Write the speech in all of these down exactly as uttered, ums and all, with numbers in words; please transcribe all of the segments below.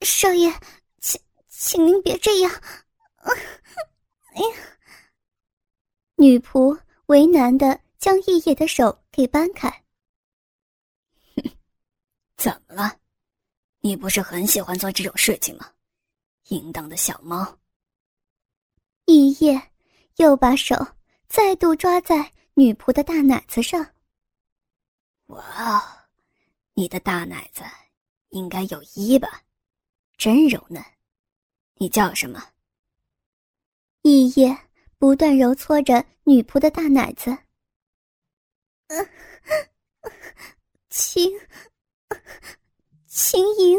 少爷，请请您别这样。哎呀！女仆为难地将异叶的手给扳开。 怎么了？你不是很喜欢做这种事情吗？淫荡的小猫。 异叶又把手再度抓在女仆的大奶子上。 哇哦，你的大奶子应该有一吧，真柔嫩。你叫什么？ 异叶不断揉搓着女仆的大奶子。呃，秦秦莹。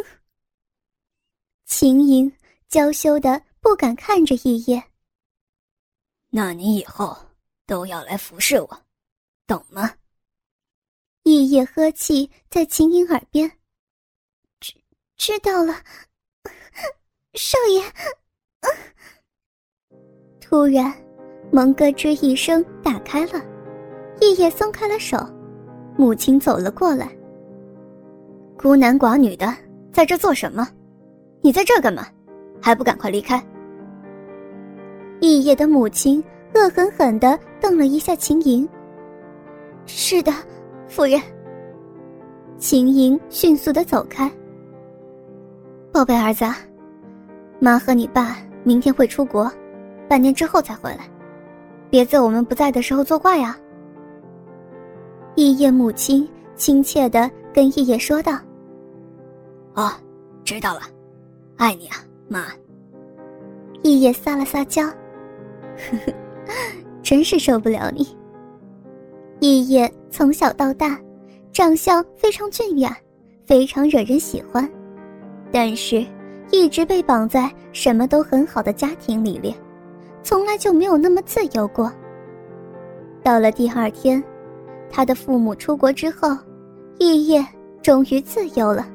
秦莹娇羞的不敢看着异叶。 那你以后都要来服侍我，懂吗？ 异叶呵气在秦莹耳边。知知道了，少爷。呃、突然门咯吱一声打开了，异叶松开了手，母亲走了过来。 孤男寡女的在这做什么？你在这干嘛？还不赶快离开！ 异叶的母亲恶狠狠地瞪了一下秦莹。是的，夫人。秦莹迅速地走开。 宝贝儿子，妈和你爸明天会出国，半年之后才回来，别在我们不在的时候作怪呀。 异叶母亲亲切地跟异叶说道。 哦，知道了，爱你啊，妈。 异叶撒了撒娇。呵呵，真是受不了你。异叶从小到大长相非常俊雅，非常惹人喜欢，但是一直被绑在什么都很好的家庭里面，从来就没有那么自由过。到了第二天，他的父母出国之后，异叶终于自由了。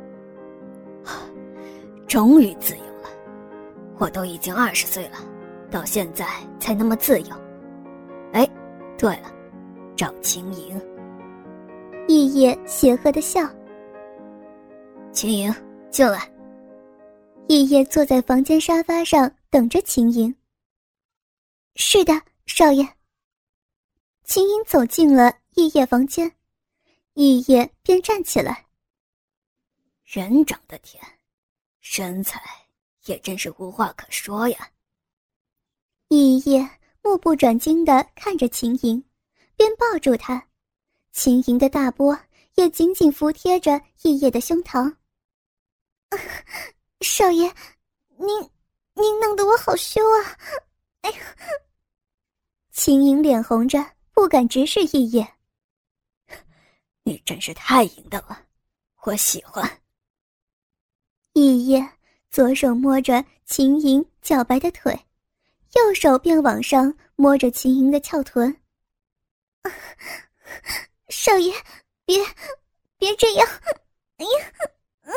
终于自由了，我都已经二十岁了，到现在才那么自由。哎，对了，找秦莹。 异叶邪恶的笑。 秦莹，进来。 异叶坐在房间沙发上等着秦莹。是的，少爷。秦莹走进了异叶房间，异叶便站起来。 人长得甜，身材也真是无话可说呀。 异叶目不转睛地看着秦莹，便抱住她。秦莹的大波也紧紧服贴着异叶的胸膛。啊，少爷，您您弄得我好羞啊！哎呀！秦莹脸红着，不敢直视异叶。 你真是太淫荡了，我喜欢。 异叶左手摸着秦莹脚白的腿，右手便往上摸着秦莹的翘臀。啊，少爷，别别这样！哎呀！啊，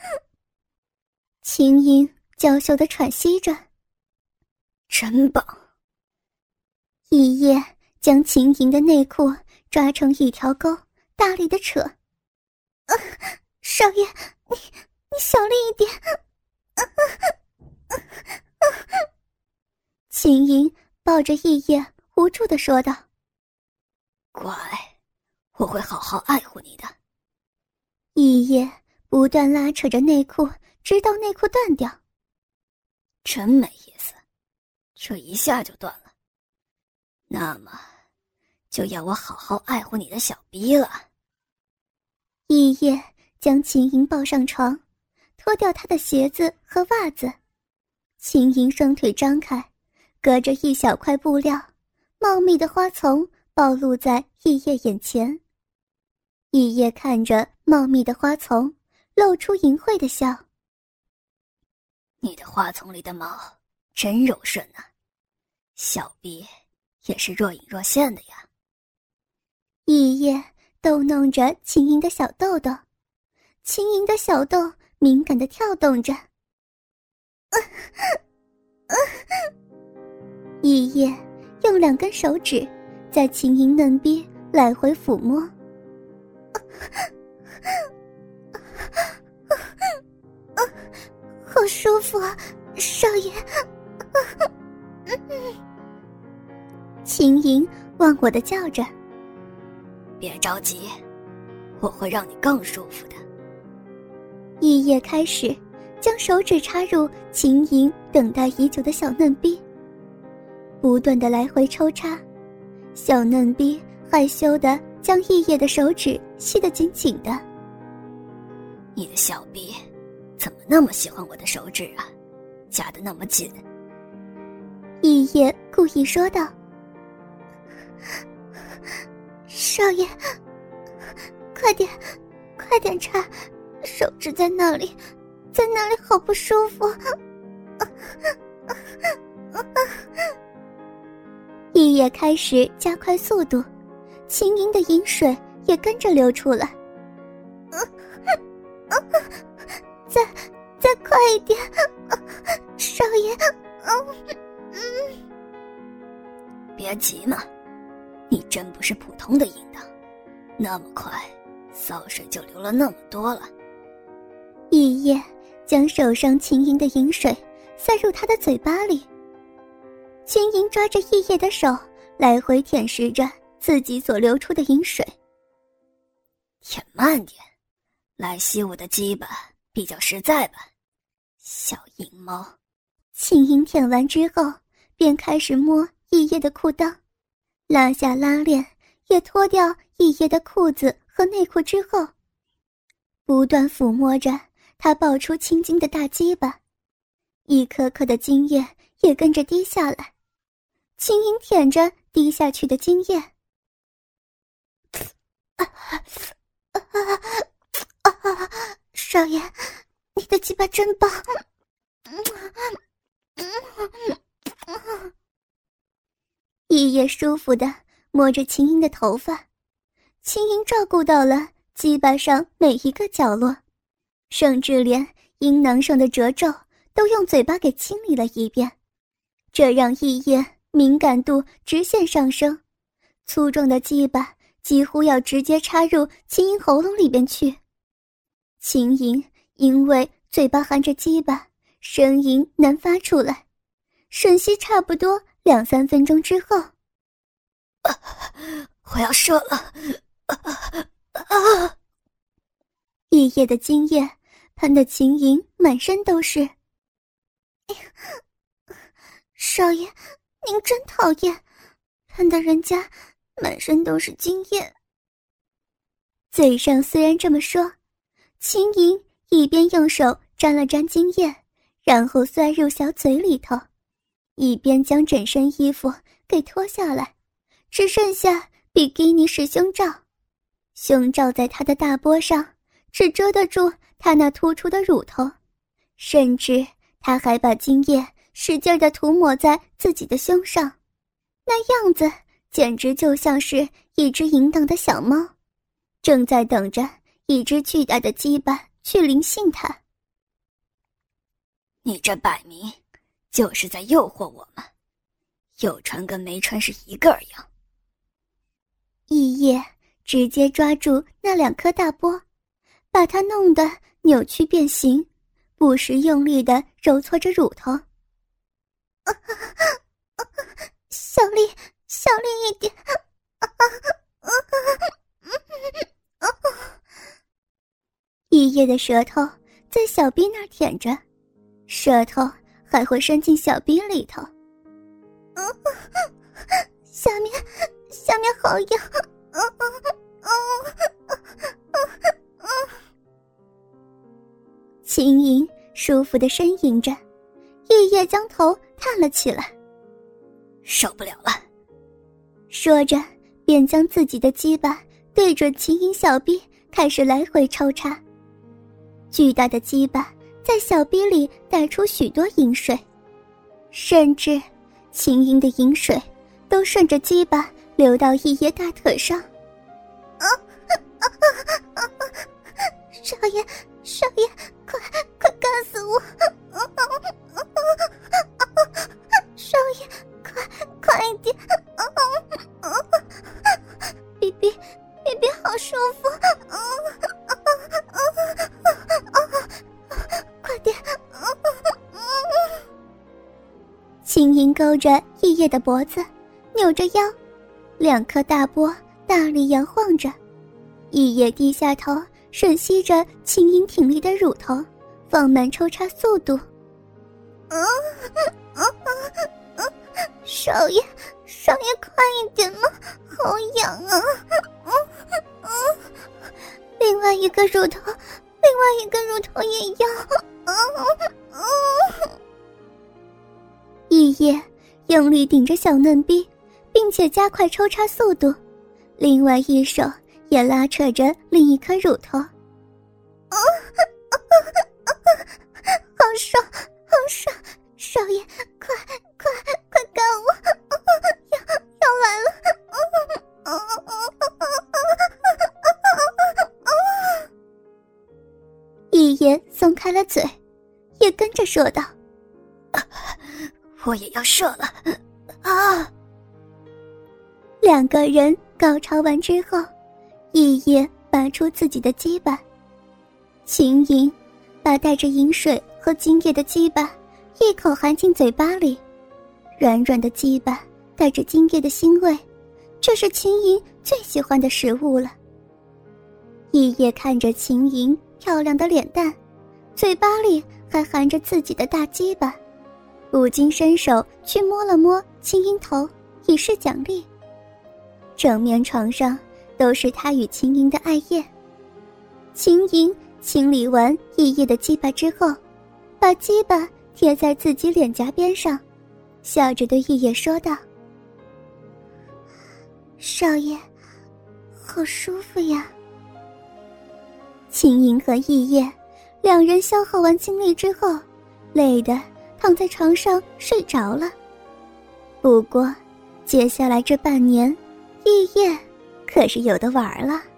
秦莹娇羞地喘息着。 真棒！ 异叶将秦莹的内裤抓成一条沟，大力地扯。啊，少爷，你你小力一点！啊啊啊！秦莹抱着异叶无助地说道。 乖，我会好好爱护你的。 异叶不断拉扯着内裤，直到内裤断掉。 真没意思，这一下就断了。那么就要我好好爱护你的小逼了。 异叶将秦莹抱上床，脱掉她的鞋子和袜子。秦莹双腿张开，隔着一小块布料，茂密的花丛暴露在异叶眼前。异叶看着茂密的花丛，露出淫秽的笑。 你的花丛里的毛真柔顺啊，小臂也是若隐若现的呀。 异叶逗弄着秦莹的小豆豆，秦莹的小豆敏感地跳动着。啊啊、异叶用两根手指在秦莹嫩逼来回抚摸。啊啊啊啊啊，少爷。秦莹忘我的叫着。 别着急，我会让你更舒服的。 一叶开始将手指插入秦莹等待已久的小嫩逼，不断的来回抽插，小嫩逼害羞的将一叶的手指吸得紧紧的。 你的小逼怎么那么喜欢我的手指啊，夹得那么紧。 一叶故意说道。少爷，快点快点插，手指在那里在那里好不舒服。一叶开始加快速度，秦莹的饮水也跟着流出来。再再快一点，少爷。 别急嘛，你真不是普通的淫荡，那么快骚水就流了那么多了。 一叶将手上秦莹的饮水塞入他的嘴巴里，秦莹抓着一叶的手来回舔舐着自己所流出的饮水。 舔慢点，来吸我的鸡巴比较实在吧，小淫猫。 秦莹舔完之后便开始摸一叶的裤裆，拉下拉链，也脱掉一叶的裤子和内裤之后，不断抚摸着他爆出青筋的大鸡巴，一颗颗的精液也跟着滴下来。秦莹舔着滴下去的精液，啊啊啊啊！少爷，你的鸡巴真棒！一叶舒服地摸着秦莹的头发，秦莹照顾到了鸡巴上每一个角落，甚至连阴囊上的褶皱都用嘴巴给清理了一遍，这让一叶敏感度直线上升，粗壮的鸡巴几乎要直接插入秦莹喉咙里边去。秦莹因为嘴巴含着鸡巴，声音难发出来，吮吸差不多两三分钟之后， 啊、我要射了！啊啊！ 一叶的精液喷得秦莹满身都是。少爷，您真讨厌，喷得人家满身都是精液。嘴上虽然这么说，秦莹一边用手沾了沾精液，然后塞入小嘴里头，一边将整身衣服给脱下来，只剩下比基尼式胸罩，胸罩在他的大波上，只遮得住他那突出的乳头，甚至他还把精液使劲地涂抹在自己的胸上，那样子简直就像是一只淫荡的小猫，正在等着一只巨大的鸡巴去临幸它。 你这摆明就是在诱惑我们，有穿跟没穿是一个样。 一叶直接抓住那两颗大波，把它弄得扭曲变形，不时用力地揉搓着乳头。啊啊、小力小力一点！啊啊啊、一叶的舌头在小逼那儿舔着，舌头还会伸进小逼里头。啊、下面下面好痒！啊啊啊啊啊！秦莹舒服地呻吟着，一叶将头探了起来。 受不了了， 说着便将自己的鸡巴对准秦莹小逼开始来回抽插。巨大的鸡巴在小逼里带出许多饮水，甚至秦莹的饮水都顺着鸡巴流到一叶大腿上。啊啊啊啊！少爷少爷，快快干死我！啊啊啊啊！少爷，快快一点！啊啊啊！比比比比好舒服！啊啊啊啊啊！快点！啊啊啊！ 勾着熠熠的脖子，扭着腰，两颗大波大力摇晃着。熠熠低下头，吮吸着轻盈挺立的乳头，放慢抽插速度。啊啊啊！少爷，少爷，快一点嘛，好痒啊！啊啊！另外一个乳头，另外一个乳头也要。啊啊！熠熠用力顶着小嫩逼，并且加快抽插速度，另外一手也拉扯着另一颗乳头。啊啊啊！好爽，好爽！少爷，快快快干我！啊、要要来了！啊啊啊啊啊！熠熠松开了嘴，也跟着说道：“ 啊、我也要射了！”啊！ 两个人高潮完之后，熠熠拔出自己的鸡巴，秦莹把带着饮水和精液的鸡巴一口含进嘴巴里，软软的鸡巴带着精液的腥味，这是秦莹最喜欢的食物了。熠熠看着秦莹漂亮的脸蛋，嘴巴里还含着自己的大鸡巴，不禁伸手去摸了摸秦莹头，以示奖励。整面床上都是他与秦莹的爱液。秦莹清理完熠熠的鸡巴之后，把鸡巴贴在自己脸颊边上，笑着对熠熠说道：“少爷，好舒服呀。”秦莹和熠熠两人消耗完精力之后，累得躺在床上睡着了。不过接下来这半年，熠熠可是有的玩了。